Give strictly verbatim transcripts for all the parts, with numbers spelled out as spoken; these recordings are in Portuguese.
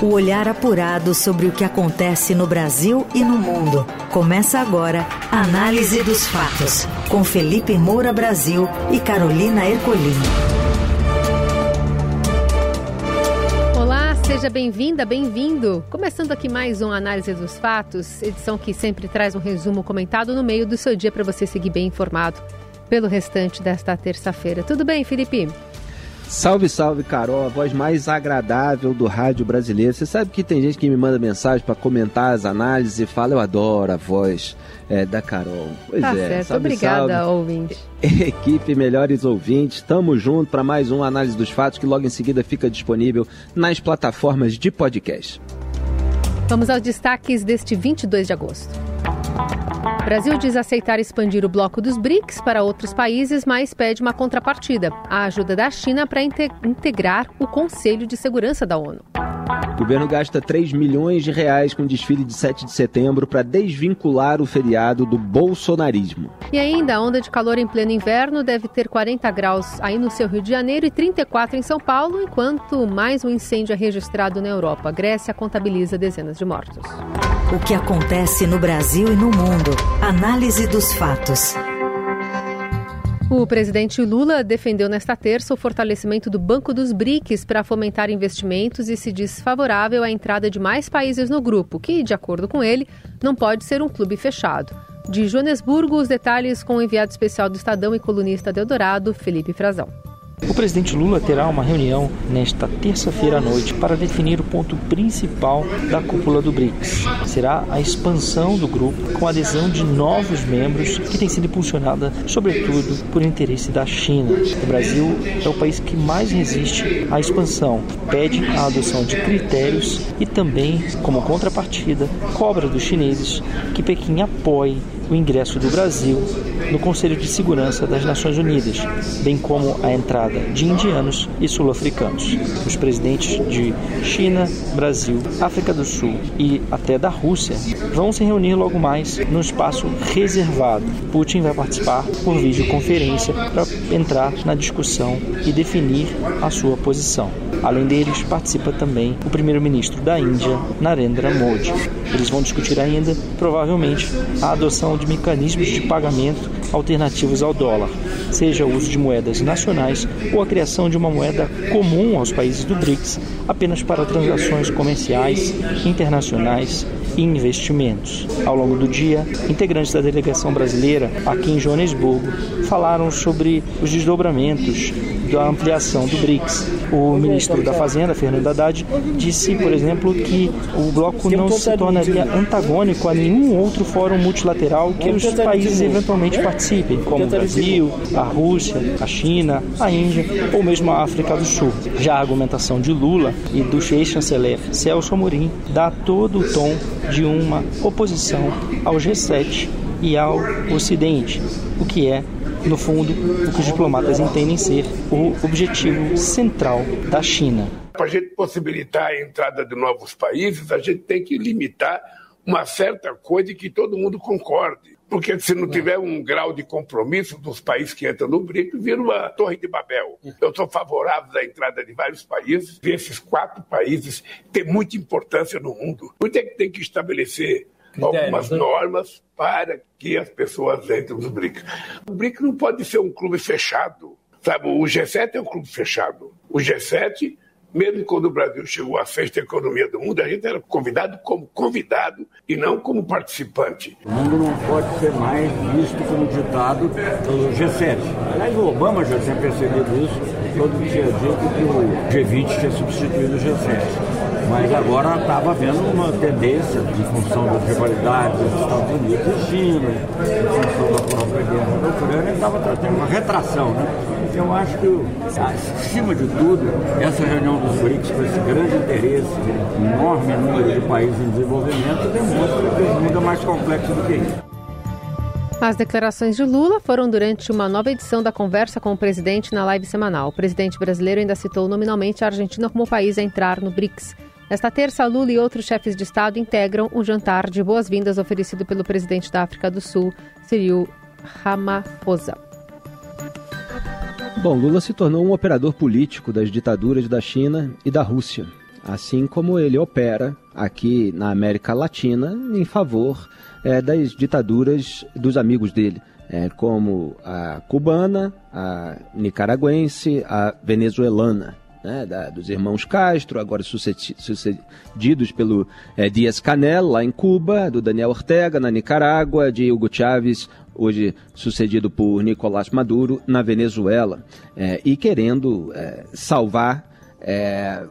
O olhar apurado sobre o que acontece no Brasil e no mundo. Começa agora a Análise dos Fatos, com Felipe Moura Brasil e Carolina Ercolim. Olá, seja bem-vinda, bem-vindo. Começando aqui mais um Análise dos Fatos, edição que sempre traz um resumo comentado no meio do seu dia para você seguir bem informado pelo restante desta terça-feira. Tudo bem, Felipe? Salve, salve, Carol, a voz mais agradável do rádio brasileiro. Você sabe que tem gente que me manda mensagem para comentar as análises e fala, eu adoro a voz é, da Carol. Pois tá é, certo, salve, obrigada, salve. ouvinte. Equipe Melhores Ouvintes, tamo junto para mais um Análise dos Fatos que logo em seguida fica disponível nas plataformas de podcast. Vamos aos destaques deste vinte e dois de agosto. O Brasil diz aceitar expandir o bloco dos B R I C S para outros países, mas pede uma contrapartida, a ajuda da China para integrar o Conselho de Segurança da ONU. O governo gasta três milhões de reais com o desfile de sete de setembro para desvincular o feriado do bolsonarismo. E ainda, a onda de calor em pleno inverno deve ter quarenta graus aí no seu Rio de Janeiro e trinta e quatro em São Paulo, enquanto mais um incêndio é registrado na Europa. A Grécia contabiliza dezenas de mortos. O que acontece no Brasil e no mundo. Análise dos fatos. O presidente Lula defendeu nesta terça o fortalecimento do Banco dos B R I C S para fomentar investimentos e se diz favorável à entrada de mais países no grupo, que, de acordo com ele, não pode ser um clube fechado. De Joanesburgo, os detalhes com o enviado especial do Estadão e colunista do Eldorado, Felipe Frazão. O presidente Lula terá uma reunião nesta terça-feira à noite para definir o ponto principal da cúpula do B R I C S. Será a expansão do grupo com a adesão de novos membros que tem sido impulsionada, sobretudo, por interesse da China. O Brasil é o país que mais resiste à expansão, pede a adoção de critérios e também, como contrapartida, cobra dos chineses que Pequim apoie o ingresso do Brasil no Conselho de Segurança das Nações Unidas, bem como a entrada de indianos e sul-africanos. Os presidentes de China, Brasil, África do Sul e até da Rússia vão se reunir logo mais no espaço reservado. Putin vai participar por videoconferência para entrar na discussão e definir a sua posição. Além deles, participa também o primeiro-ministro da Índia, Narendra Modi. Eles vão discutir ainda, provavelmente, a adoção de mecanismos de pagamento alternativos ao dólar, seja o uso de moedas nacionais ou a criação de uma moeda comum aos países do B R I C S, apenas para transações comerciais, internacionais e investimentos. Ao longo do dia, integrantes da delegação brasileira aqui em Joanesburgo falaram sobre os desdobramentos da ampliação do B R I C S. O ministro da Fazenda, Fernando Haddad, disse, por exemplo, que o bloco não se tornaria antagônico a nenhum outro fórum multilateral que os países eventualmente participem, como o Brasil, a Rússia, a China, a Índia ou mesmo a África do Sul. Já a argumentação de Lula e do ex-chanceler Celso Amorim dá todo o tom de uma oposição ao G sete e ao Ocidente, o que é, no fundo, o que os diplomatas entendem ser o objetivo central da China. Para a gente possibilitar a entrada de novos países, a gente tem que limitar uma certa coisa que todo mundo concorde. Porque se não tiver um grau de compromisso dos países que entram no B R I C S, vira uma torre de Babel. Eu sou favorável à entrada de vários países, e esses quatro países têm muita importância no mundo. Por isso é que tem que estabelecer algumas normas para que as pessoas entrem no B R I C S. O B R I C S não pode ser um clube fechado. Sabe, o G sete é um clube fechado. O G sete, mesmo quando o Brasil chegou à sexta economia do mundo, a gente era convidado como convidado e não como participante. O mundo não pode ser mais visto como ditado pelo G sete. Aliás, o Obama já tinha percebido isso, todo tinha dito que o G vinte tinha substituído o G sete. Mas agora estava havendo uma tendência, em função das rivalidades dos Estados Unidos e China, em função da própria guerra da Ucrânia, estava tendo uma retração, né? Eu acho que, acima de tudo, essa reunião dos B R I C S, com esse grande interesse, enorme número de países em desenvolvimento, demonstra que o mundo é mais complexo do que isso. As declarações de Lula foram durante uma nova edição da conversa com o presidente na live semanal. O presidente brasileiro ainda citou nominalmente a Argentina como país a entrar no B R I C S. Nesta terça, Lula e outros chefes de Estado integram um jantar de boas-vindas oferecido pelo presidente da África do Sul, Cyril Ramaphosa. Bom, Lula se tornou um operador político das ditaduras da China e da Rússia. assim como ele opera aqui na América Latina em favor é, das ditaduras dos amigos dele, é, como a cubana, a nicaragüense, a venezuelana, né, da, dos irmãos Castro, agora sucedidos pelo é, Díaz-Canel, lá em Cuba, do Daniel Ortega, na Nicarágua, de Hugo Chávez, hoje sucedido por Nicolás Maduro, na Venezuela, é, e querendo é, salvar é,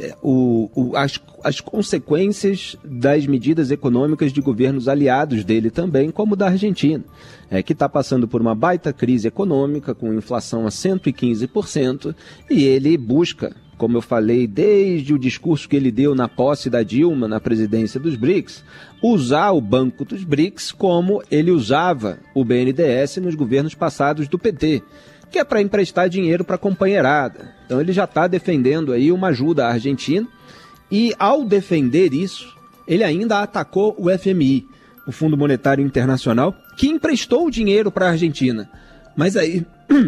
o, o, as, as consequências das medidas econômicas de governos aliados dele também, como da Argentina, é, que está passando por uma baita crise econômica, com inflação a cento e quinze por cento, e ele busca, como eu falei, desde o discurso que ele deu na posse da Dilma na presidência dos BRICS, usar o Banco dos BRICS como ele usava o B N D E S nos governos passados do P T, que é para emprestar dinheiro para a companheirada. Então ele já está defendendo aí uma ajuda à Argentina, e ao defender isso, ele ainda atacou o F M I, o Fundo Monetário Internacional, que emprestou o dinheiro para a Argentina. Mas aí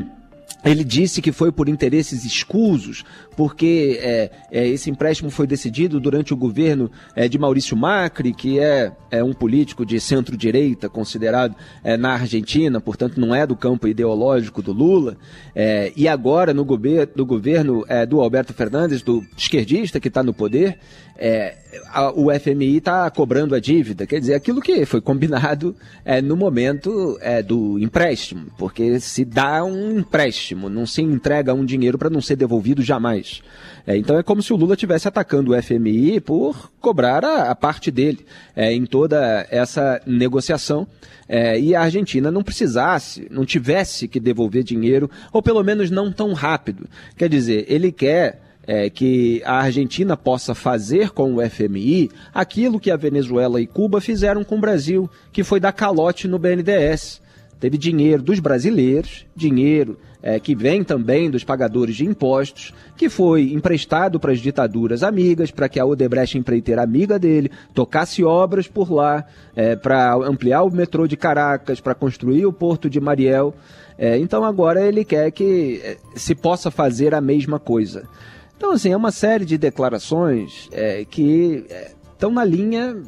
ele disse que foi por interesses escusos, porque é, é, esse empréstimo foi decidido durante o governo é, de Maurício Macri, que é, é um político de centro-direita considerado é, na Argentina, portanto não é do campo ideológico do Lula, é, e agora no gover- do governo é, do Alberto Fernandes, do esquerdista que está no poder, é, a, o F M I está cobrando a dívida, quer dizer, aquilo que foi combinado é, no momento é, do empréstimo, porque se dá um empréstimo, não se entrega um dinheiro para não ser devolvido jamais. É, então é como se o Lula estivesse atacando o F M I por cobrar a, a parte dele é, em toda essa negociação, é, e a Argentina não precisasse, não tivesse que devolver dinheiro, ou pelo menos não tão rápido. Quer dizer, ele quer É, que a Argentina possa fazer com o F M I aquilo que a Venezuela e Cuba fizeram com o Brasil, que foi dar calote no B N D E S. Teve dinheiro dos brasileiros, dinheiro é, que vem também dos pagadores de impostos, que foi emprestado para as ditaduras amigas, para que a Odebrecht, empreiteira amiga dele, tocasse obras por lá, é, para ampliar o metrô de Caracas, para construir o porto de Mariel. É, então agora ele quer que é, se possa fazer a mesma coisa. Então, assim, é uma série de declarações é, que estão é, na linha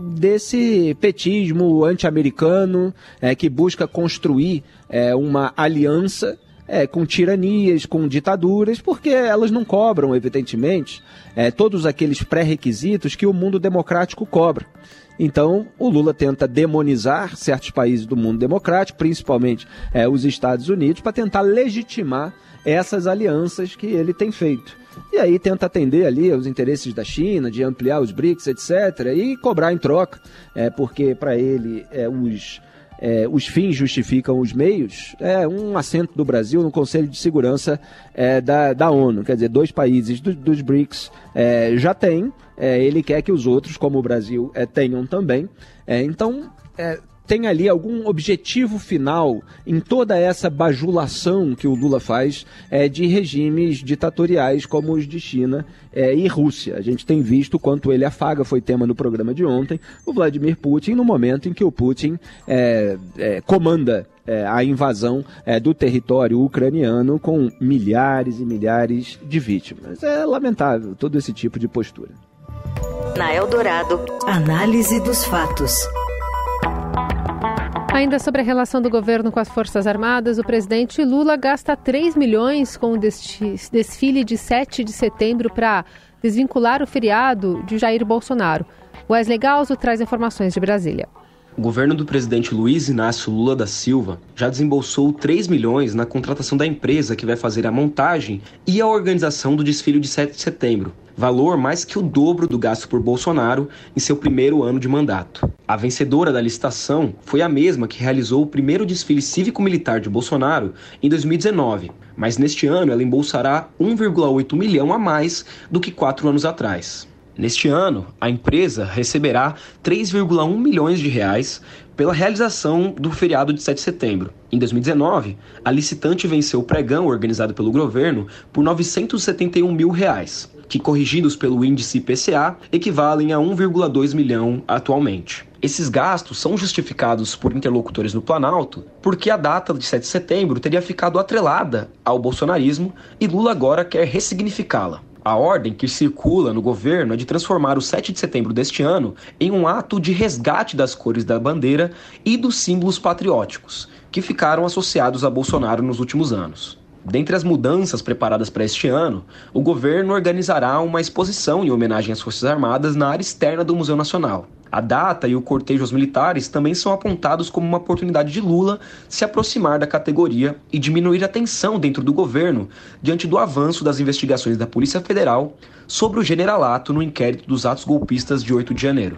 desse petismo anti-americano é, que busca construir é, uma aliança é, com tiranias, com ditaduras, porque elas não cobram, evidentemente, é, todos aqueles pré-requisitos que o mundo democrático cobra. Então, o Lula tenta demonizar certos países do mundo democrático, principalmente é, os Estados Unidos, para tentar legitimar essas alianças que ele tem feito. E aí tenta atender ali aos interesses da China, de ampliar os BRICS, etcétera, e cobrar em troca, é, porque para ele é, os, é, os fins justificam os meios, é um assento do Brasil no Conselho de Segurança é, da, da ONU. Quer dizer, dois países do, dos BRICS é, já têm, é, ele quer que os outros, como o Brasil, é, tenham também. É, então, é, tem ali algum objetivo final em toda essa bajulação que o Lula faz é, de regimes ditatoriais como os de China é, e Rússia. A gente tem visto o quanto ele afaga, foi tema no programa de ontem, o Vladimir Putin, no momento em que o Putin é, é, comanda é, a invasão é, do território ucraniano com milhares e milhares de vítimas. É lamentável todo esse tipo de postura. Na Eldorado, análise dos fatos. Ainda sobre a relação do governo com as Forças Armadas, o presidente Lula gasta três milhões com o desfile de sete de setembro para desvincular o feriado de Jair Bolsonaro. Wesley Galzo traz informações de Brasília. O governo do presidente Luiz Inácio Lula da Silva já desembolsou três milhões na contratação da empresa que vai fazer a montagem e a organização do desfile de sete de setembro, valor mais que o dobro do gasto por Bolsonaro em seu primeiro ano de mandato. A vencedora da licitação foi a mesma que realizou o primeiro desfile cívico-militar de Bolsonaro em dois mil e dezenove, mas neste ano ela embolsará um vírgula oito milhão a mais do que quatro anos atrás. Neste ano, a empresa receberá três vírgula um milhões de reais pela realização do feriado de sete de setembro. Em dois mil e dezenove, a licitante venceu o pregão organizado pelo governo por novecentos e setenta e um mil reais, que, corrigidos pelo índice I P C A, equivalem a um vírgula dois milhão atualmente. Esses gastos são justificados por interlocutores no Planalto porque a data de sete de setembro teria ficado atrelada ao bolsonarismo e Lula agora quer ressignificá-la. A ordem que circula no governo é de transformar o sete de setembro deste ano em um ato de resgate das cores da bandeira e dos símbolos patrióticos, que ficaram associados a Bolsonaro nos últimos anos. Dentre as mudanças preparadas para este ano, o governo organizará uma exposição em homenagem às Forças Armadas na área externa do Museu Nacional. A data e o cortejo aos militares também são apontados como uma oportunidade de Lula se aproximar da categoria e diminuir a tensão dentro do governo diante do avanço das investigações da Polícia Federal sobre o generalato no inquérito dos atos golpistas de oito de janeiro.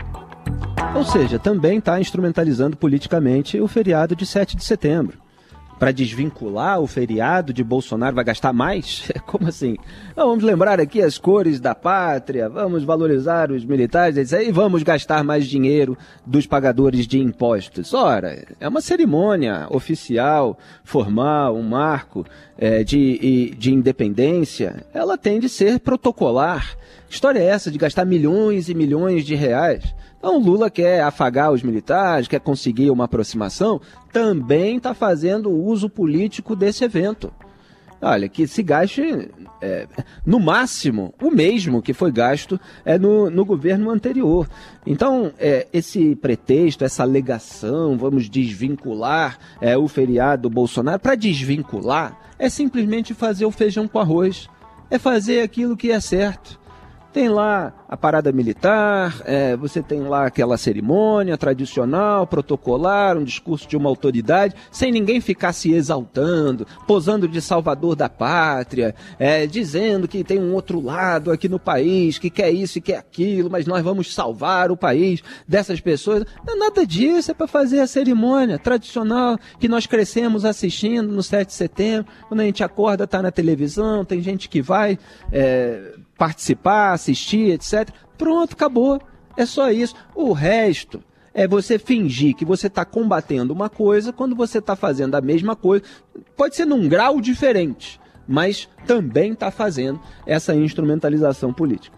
Ou seja, também está instrumentalizando politicamente o feriado de sete de setembro. Para desvincular o feriado de Bolsonaro, vai gastar mais? Como assim? Vamos lembrar aqui as cores da pátria, vamos valorizar os militares e vamos gastar mais dinheiro dos pagadores de impostos. Ora, é uma cerimônia oficial, formal, um marco é, de, de independência. Ela tem de ser protocolar. Que história é essa de gastar milhões e milhões de reais? Então Lula quer afagar os militares, quer conseguir uma aproximação, também está fazendo uso político desse evento. Olha, que se gaste, é, no máximo, o mesmo que foi gasto é, no, no governo anterior. Então, é, esse pretexto, essa alegação, vamos desvincular é, o feriado do Bolsonaro, para desvincular, é simplesmente fazer o feijão com arroz, é fazer aquilo que é certo. Tem lá a parada militar, é, você tem lá aquela cerimônia tradicional, protocolar, um discurso de uma autoridade, sem ninguém ficar se exaltando, posando de salvador da pátria, é, dizendo que tem um outro lado aqui no país, que quer isso e quer aquilo, mas nós vamos salvar o país dessas pessoas. Não é nada disso, é para fazer a cerimônia tradicional que nós crescemos assistindo no sete de setembro, quando a gente acorda, está na televisão, tem gente que vai... É, participar, assistir, etcétera. Pronto, acabou. É só isso. O resto é você fingir que você está combatendo uma coisa quando você está fazendo a mesma coisa. Pode ser num grau diferente, mas também está fazendo essa instrumentalização política.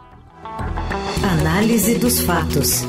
Análise dos fatos.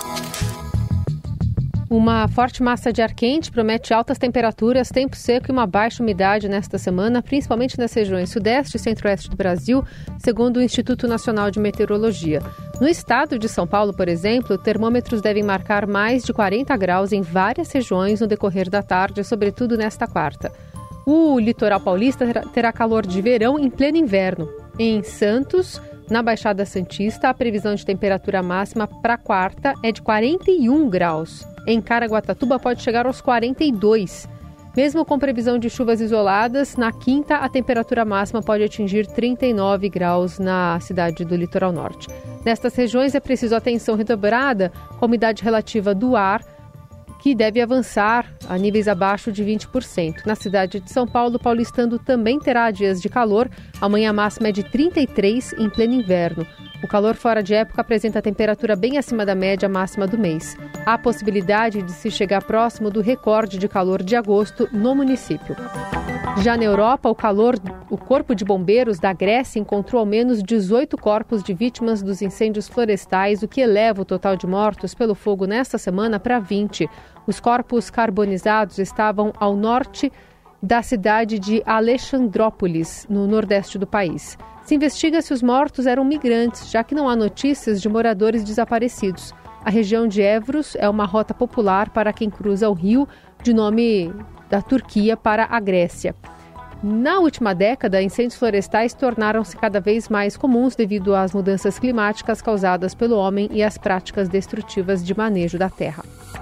Uma forte massa de ar quente promete altas temperaturas, tempo seco e uma baixa umidade nesta semana, principalmente nas regiões sudeste e centro-oeste do Brasil, segundo o Instituto Nacional de Meteorologia. No estado de São Paulo, por exemplo, termômetros devem marcar mais de quarenta graus em várias regiões no decorrer da tarde, sobretudo nesta quarta. O litoral paulista terá calor de verão em pleno inverno. Em Santos, na Baixada Santista, a previsão de temperatura máxima para quarta é de quarenta e um graus. Em Caraguatatuba pode chegar aos quarenta e dois. Mesmo com previsão de chuvas isoladas, na quinta a temperatura máxima pode atingir trinta e nove graus na cidade do Litoral Norte. Nestas regiões é preciso atenção redobrada com a umidade relativa do ar, que deve avançar a níveis abaixo de vinte por cento. Na cidade de São Paulo, paulistano também terá dias de calor. Amanhã a máxima é de trinta e três em pleno inverno. O calor fora de época apresenta a temperatura bem acima da média máxima do mês. Há a possibilidade de se chegar próximo do recorde de calor de agosto no município. Já na Europa, o calor, o Corpo de Bombeiros da Grécia encontrou ao menos dezoito corpos de vítimas dos incêndios florestais, o que eleva o total de mortos pelo fogo nesta semana para vinte. Os corpos carbonizados estavam ao norte da cidade de Alexandrópolis, no nordeste do país. Se investiga se os mortos eram migrantes, já que não há notícias de moradores desaparecidos. A região de Evros é uma rota popular para quem cruza o rio, de nome da Turquia para a Grécia. Na última década, incêndios florestais tornaram-se cada vez mais comuns devido às mudanças climáticas causadas pelo homem e às práticas destrutivas de manejo da terra.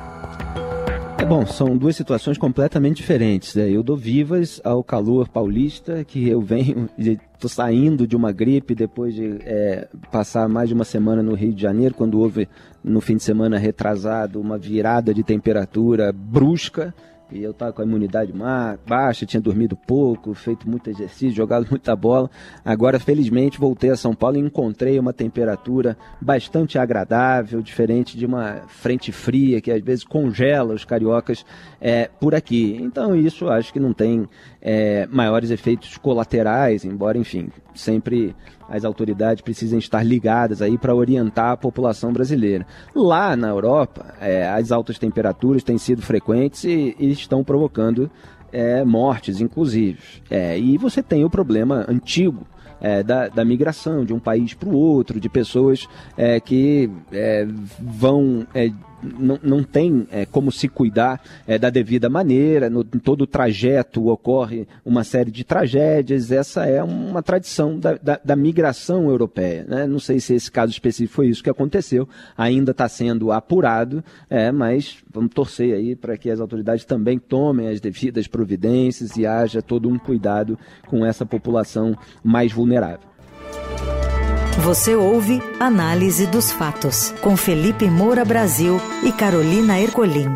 É bom, são duas situações completamente diferentes. Né? Eu dou vivas ao calor paulista, que eu venho, estou saindo de uma gripe depois de é, passar mais de uma semana no Rio de Janeiro, quando houve, no fim de semana retrasado, uma virada de temperatura brusca. E eu estava com a imunidade baixa, tinha dormido pouco, feito muito exercício, jogado muita bola. Agora, felizmente, voltei a São Paulo e encontrei uma temperatura bastante agradável, diferente de uma frente fria que às vezes congela os cariocas é, por aqui. Então, isso acho que não tem é, maiores efeitos colaterais, embora, enfim, sempre as autoridades precisam estar ligadas aí para orientar a população brasileira. Lá na Europa, é, as altas temperaturas têm sido frequentes e, e estão provocando é, mortes, inclusive. É, e você tem o problema antigo é, da, da migração de um país para o outro, de pessoas é, que é, vão... É, Não, não tem é, como se cuidar é, da devida maneira, no, em todo o trajeto ocorre uma série de tragédias, essa é uma tradição da, da, da migração europeia, né? Não sei se esse caso específico foi isso que aconteceu, ainda está sendo apurado, é, mas vamos torcer aí para que as autoridades também tomem as devidas providências e haja todo um cuidado com essa população mais vulnerável. Você ouve Análise dos Fatos, com Felipe Moura Brasil e Carolina Ercolim.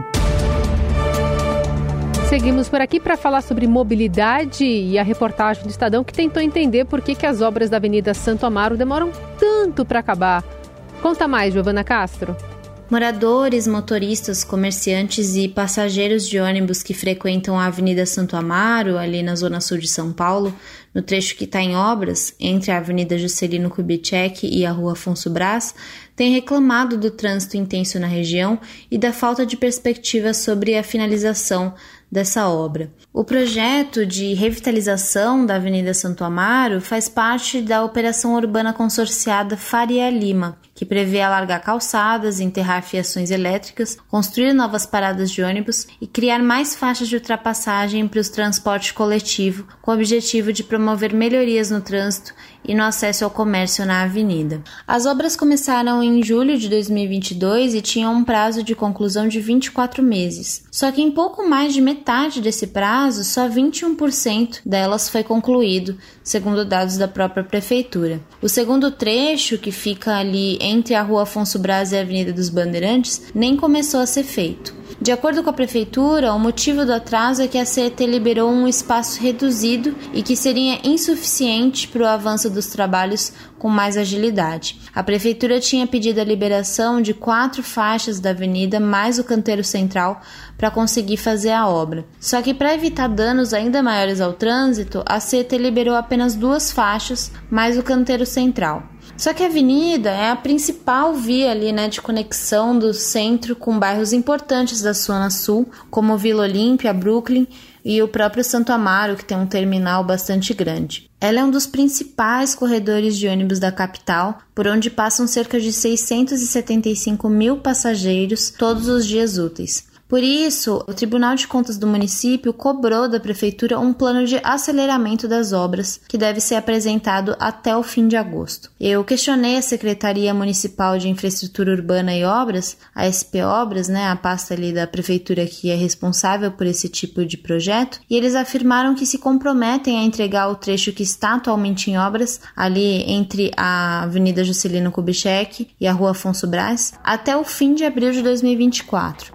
Seguimos por aqui para falar sobre mobilidade e a reportagem do Estadão que tentou entender por que, que as obras da Avenida Santo Amaro demoram tanto para acabar. Conta mais, Giovana Castro. Moradores, motoristas, comerciantes e passageiros de ônibus que frequentam a Avenida Santo Amaro, ali na zona sul de São Paulo, no trecho que está em obras, entre a Avenida Juscelino Kubitschek e a Rua Afonso Braz, têm reclamado do trânsito intenso na região e da falta de perspectiva sobre a finalização dessa obra. O projeto de revitalização da Avenida Santo Amaro faz parte da Operação Urbana Consorciada Faria Lima, que prevê alargar calçadas, enterrar fiações elétricas, construir novas paradas de ônibus e criar mais faixas de ultrapassagem para o transporte coletivo, com o objetivo de promover melhorias no trânsito e no acesso ao comércio na avenida. As obras começaram em julho de dois mil e vinte e dois e tinham um prazo de conclusão de vinte e quatro meses. Só que em pouco mais de metade desse prazo, só vinte e um por cento delas foi concluído, segundo dados da própria prefeitura. O segundo trecho, que fica ali entre a Rua Afonso Braz e a Avenida dos Bandeirantes, nem começou a ser feito. De acordo com a prefeitura, o motivo do atraso é que a C E T liberou um espaço reduzido e que seria insuficiente para o avanço dos trabalhos com mais agilidade. A prefeitura tinha pedido a liberação de quatro faixas da avenida mais o canteiro central para conseguir fazer a obra. Só que para evitar danos ainda maiores ao trânsito, a C E T liberou apenas duas faixas mais o canteiro central. Só que a avenida é a principal via ali, né, de conexão do centro com bairros importantes da Zona Sul, como Vila Olímpia, Brooklyn e o próprio Santo Amaro, que tem um terminal bastante grande. Ela é um dos principais corredores de ônibus da capital, por onde passam cerca de seiscentos e setenta e cinco mil passageiros todos os dias úteis. Por isso, o Tribunal de Contas do município cobrou da prefeitura um plano de aceleramento das obras, que deve ser apresentado até o fim de agosto. Eu questionei a Secretaria Municipal de Infraestrutura Urbana e Obras, a S P Obras, né, a pasta ali da prefeitura que é responsável por esse tipo de projeto, e eles afirmaram que se comprometem a entregar o trecho que está atualmente em obras, ali entre a Avenida Juscelino Kubitschek e a Rua Afonso Braz, até o fim de abril de dois mil e vinte e quatro.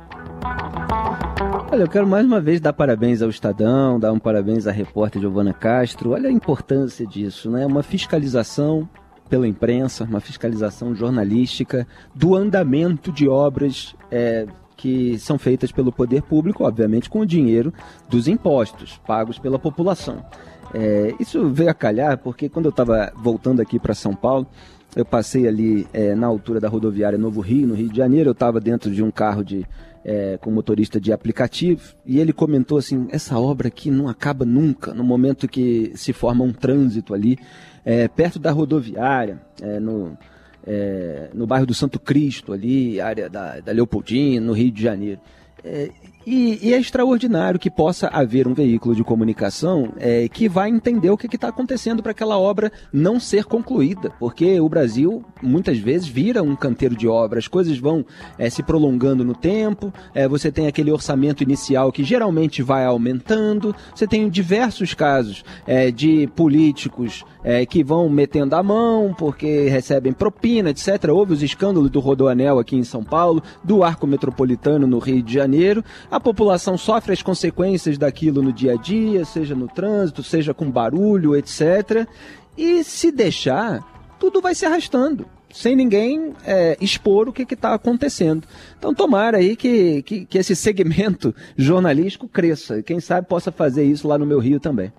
Olha, eu quero mais uma vez dar parabéns ao Estadão, dar um parabéns à repórter Giovana Castro. Olha a importância disso, né? Uma fiscalização pela imprensa, uma fiscalização jornalística do andamento de obras é, que são feitas pelo poder público, obviamente com o dinheiro dos impostos pagos pela população. É, isso veio a calhar porque quando eu estava voltando aqui para São Paulo, eu passei ali é, na altura da rodoviária Novo Rio, no Rio de Janeiro. Eu estava dentro de um carro de, é, com motorista de aplicativo e ele comentou assim, essa obra aqui não acaba nunca, no momento que se forma um trânsito ali, é, perto da rodoviária, é, no, é, no bairro do Santo Cristo, ali, área da, da Leopoldina, no Rio de Janeiro. É, e, e é extraordinário que possa haver um veículo de comunicação é, que vai entender o que está acontecendo para aquela obra não ser concluída, porque o Brasil muitas vezes vira um canteiro de obra, as coisas vão é, se prolongando no tempo, é, você tem aquele orçamento inicial que geralmente vai aumentando, você tem diversos casos é, de políticos é, que vão metendo a mão porque recebem propina, etcétera. Houve os escândalos do Rodoanel aqui em São Paulo, do Arco Metropolitano no Rio de Janeiro. A população sofre as consequências daquilo no dia a dia, seja no trânsito, seja com barulho, etcétera. E se deixar, tudo vai se arrastando, sem ninguém é, expor o que está acontecendo. Então tomara aí que, que, que esse segmento jornalístico cresça. Quem sabe possa fazer isso lá no meu Rio também.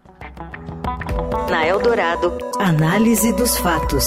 Na Eldorado, Análise dos Fatos.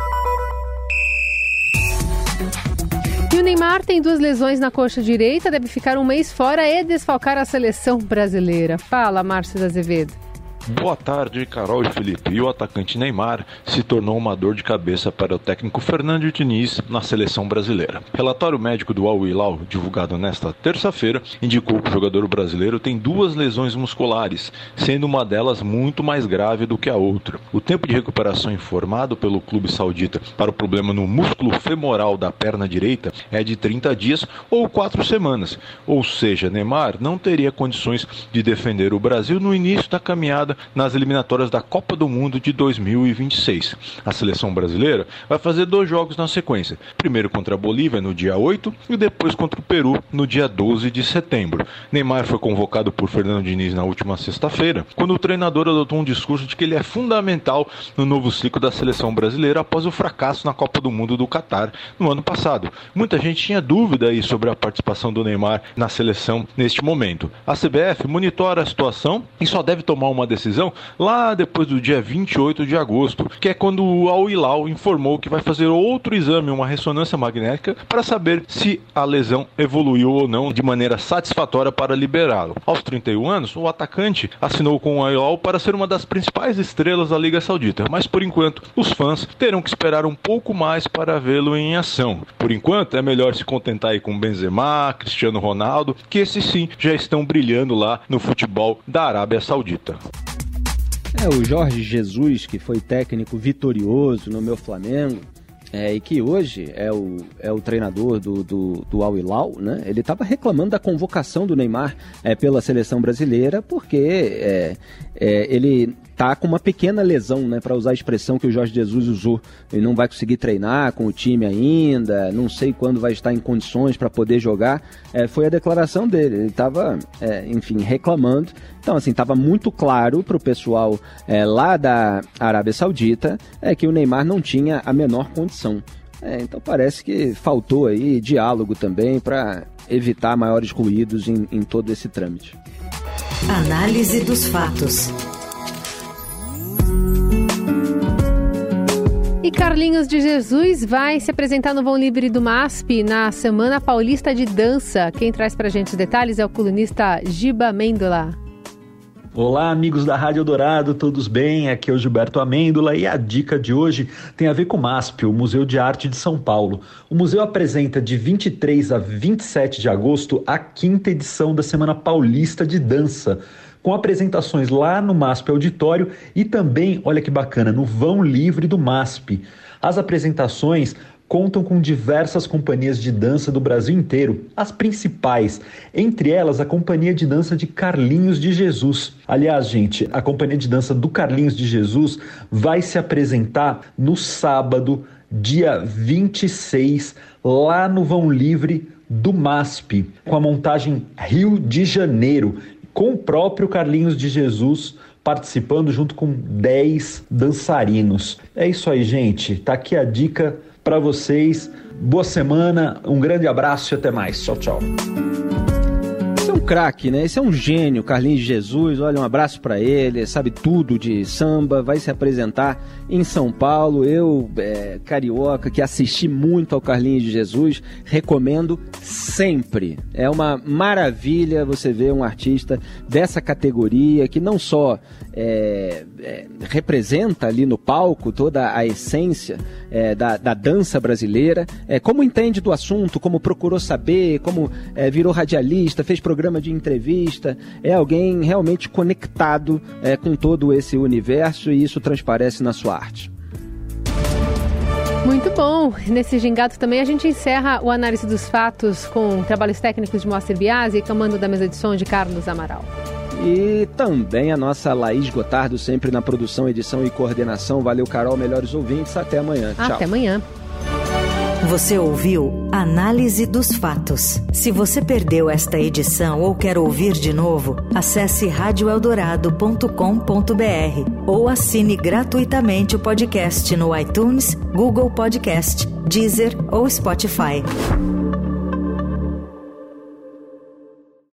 E o Neymar tem duas lesões na coxa direita, deve ficar um mês fora e desfalcar a seleção brasileira. Fala, Márcio Azevedo. Boa tarde, Carol e Felipe. E o atacante Neymar se tornou uma dor de cabeça para o técnico Fernando Diniz na seleção brasileira. Relatório médico do Al Hilal, divulgado nesta terça-feira, indicou que o jogador brasileiro tem duas lesões musculares, sendo uma delas muito mais grave do que a outra. O tempo de recuperação informado pelo clube saudita para o problema no músculo femoral da perna direita é de trinta dias ou quatro semanas. Ou seja, Neymar não teria condições de defender o Brasil no início da caminhada nas eliminatórias da Copa do Mundo de dois mil e vinte e seis. A seleção brasileira vai fazer dois jogos na sequência. Primeiro contra a Bolívia no dia oito e depois contra o Peru no dia doze de setembro. Neymar foi convocado por Fernando Diniz na última sexta-feira, quando o treinador adotou um discurso de que ele é fundamental no novo ciclo da seleção brasileira após o fracasso na Copa do Mundo do Catar no ano passado. Muita gente tinha dúvida aí sobre a participação do Neymar na seleção neste momento. A C B F monitora a situação e só deve tomar uma decisão lá depois do dia vinte e oito de agosto, que é quando o Al Hilal informou que vai fazer outro exame, uma ressonância magnética, para saber se a lesão evoluiu ou não de maneira satisfatória para liberá-lo. Aos trinta e um anos, o atacante assinou com o Al Hilal para ser uma das principais estrelas da Liga Saudita, mas por enquanto os fãs terão que esperar um pouco mais para vê-lo em ação. Por enquanto é melhor se contentar aí com Benzema, Cristiano Ronaldo, que esses sim já estão brilhando lá no futebol da Arábia Saudita. É, o Jorge Jesus, que foi técnico vitorioso no meu Flamengo, é, e que hoje é o, é o treinador do, do, do Al Hilal, né? Ele estava reclamando da convocação do Neymar é, pela seleção brasileira, porque é, é, ele tá com uma pequena lesão, né, para usar a expressão que o Jorge Jesus usou. Ele não vai conseguir treinar com o time ainda, não sei quando vai estar em condições para poder jogar. É, foi a declaração dele. Ele estava, é, enfim, reclamando. Então, assim, estava muito claro para o pessoal é, lá da Arábia Saudita é, que o Neymar não tinha a menor condição. É, então parece que faltou aí diálogo também para evitar maiores ruídos em, em todo esse trâmite. Análise dos fatos. E Carlinhos de Jesus vai se apresentar no Vão Livre do M A S P na Semana Paulista de Dança. Quem traz pra gente os detalhes é o colunista Giba Amêndola. Olá, amigos da Rádio Eldorado, todos bem? Aqui é o Gilberto Amêndola e a dica de hoje tem a ver com o M A S P, o Museu de Arte de São Paulo. O museu apresenta de vinte e três a vinte e sete de agosto a quinta edição da Semana Paulista de Dança, com apresentações lá no M A S P Auditório e também, olha que bacana, no Vão Livre do M A S P. As apresentações contam com diversas companhias de dança do Brasil inteiro, as principais, entre elas a Companhia de Dança de Carlinhos de Jesus. Aliás, gente, a Companhia de Dança do Carlinhos de Jesus vai se apresentar no sábado, dia vinte e seis, lá no Vão Livre do M A S P, com a montagem Rio de Janeiro, com o próprio Carlinhos de Jesus participando junto com dez dançarinos. É isso aí, gente. Tá aqui a dica para vocês. Boa semana, um grande abraço e até mais. Tchau, tchau. Esse é um craque, né? Esse é um gênio, Carlinhos de Jesus. Olha, um abraço para ele, sabe tudo de samba, vai se apresentar em São Paulo. Eu, é, carioca, que assisti muito ao Carlinhos de Jesus, recomendo sempre. É uma maravilha você ver um artista dessa categoria que não só é, é, representa ali no palco toda a essência é, da, da dança brasileira, é, como entende do assunto, como procurou saber, como é, virou radialista, fez programa de entrevista, é alguém realmente conectado é, com todo esse universo, e isso transparece na sua arte. Muito bom. Nesse gingado também a gente encerra o Análise dos Fatos com trabalhos técnicos de Moacir Biasi e comando da mesa de som de Carlos Amaral. E também a nossa Laís Gotardo, sempre na produção, edição e coordenação. Valeu, Carol, melhores ouvintes. Até amanhã. Tchau. Até amanhã. Você ouviu Análise dos Fatos. Se você perdeu esta edição ou quer ouvir de novo, acesse rádio eldorado ponto com ponto br ou assine gratuitamente o podcast no iTunes, Google Podcast, Deezer ou Spotify.